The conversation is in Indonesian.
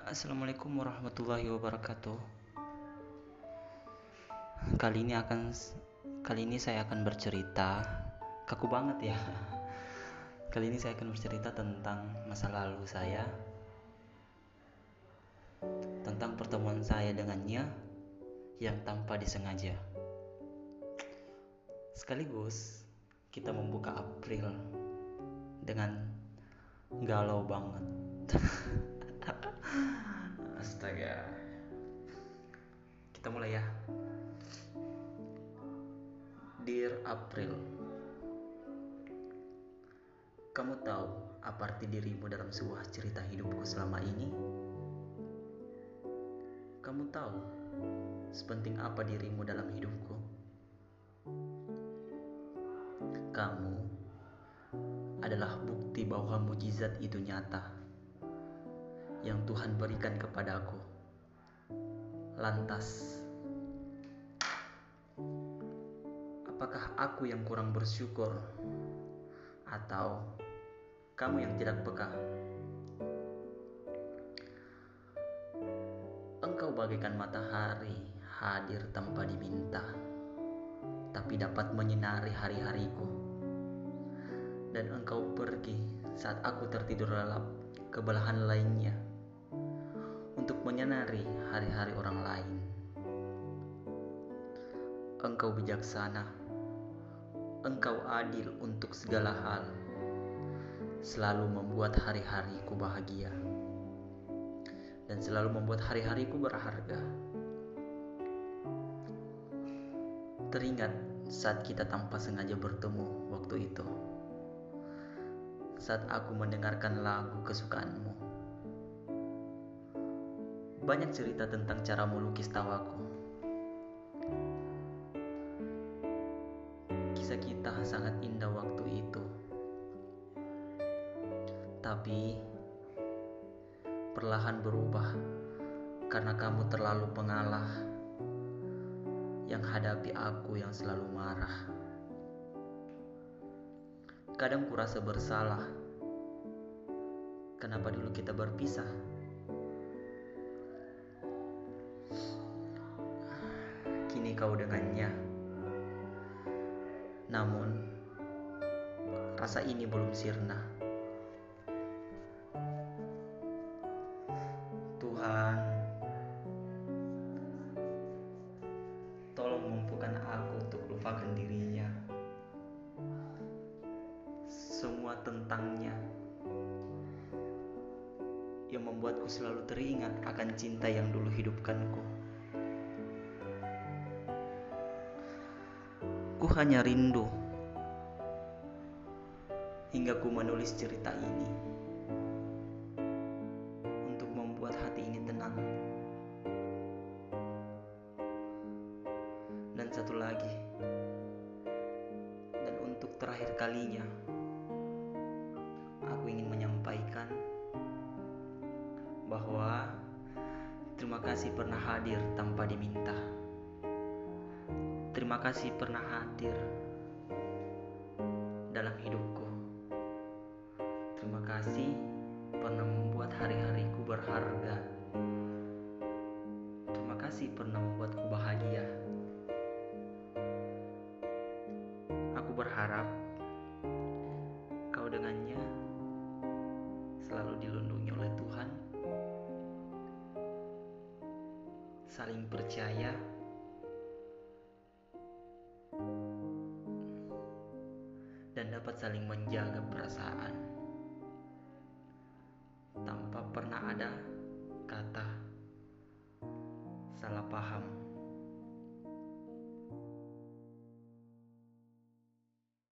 Assalamualaikum warahmatullahi wabarakatuh. Kali ini saya akan bercerita. Kaku banget ya. Kali ini saya akan bercerita tentang masa lalu saya, tentang pertemuan saya dengannya yang tanpa disengaja. Sekaligus kita membuka April dengan galau banget. Astaga. Kita mulai ya. Dear April, kamu tahu apa arti dirimu dalam sebuah cerita hidupku selama ini? Kamu tahu sepenting apa dirimu dalam hidupku? Kamu adalah bukti bahwa mukjizat itu nyata yang Tuhan berikan kepadaku. Lantas, apakah aku yang kurang bersyukur atau kamu yang tidak peka? Engkau bagaikan matahari hadir tanpa diminta, tapi dapat menyinari hari-hariku. Dan engkau pergi saat aku tertidur lelap ke belahan lainnya untuk menyinari hari-hari orang lain. Engkau bijaksana, engkau adil untuk segala hal, selalu membuat hari-hariku bahagia dan selalu membuat hari-hariku berharga. Teringat saat kita tanpa sengaja bertemu waktu itu, saat aku mendengarkan lagu kesukaanmu. Banyak cerita tentang cara melukis tawaku. Kisah kita sangat indah waktu itu. Tapi perlahan berubah karena kamu terlalu pengalah yang hadapi aku yang selalu marah. Kadang kurasa bersalah. Kenapa dulu kita berpisah? Kini kau dengannya. Namun rasa ini belum sirna. Tuhan, tolong mampukan aku untuk lupakan dirinya, semua tentangnya yang membuatku selalu teringat akan cinta yang dulu hidupkanku. Ku hanya rindu hingga ku menulis cerita ini untuk membuat hati ini tenang. Dan satu lagi, dan untuk terakhir kalinya, aku ingin menyampaikan bahwa terima kasih pernah hadir tanpa diminta. Terima kasih pernah hadir dalam hidupku. Terima kasih pernah membuat hari-hariku berharga. Terima kasih pernah membuatku bahagia. Aku berharap kau dengannya selalu dilindungi oleh Tuhan, saling percaya, dan dapat saling menjaga perasaan tanpa pernah ada kata salah paham.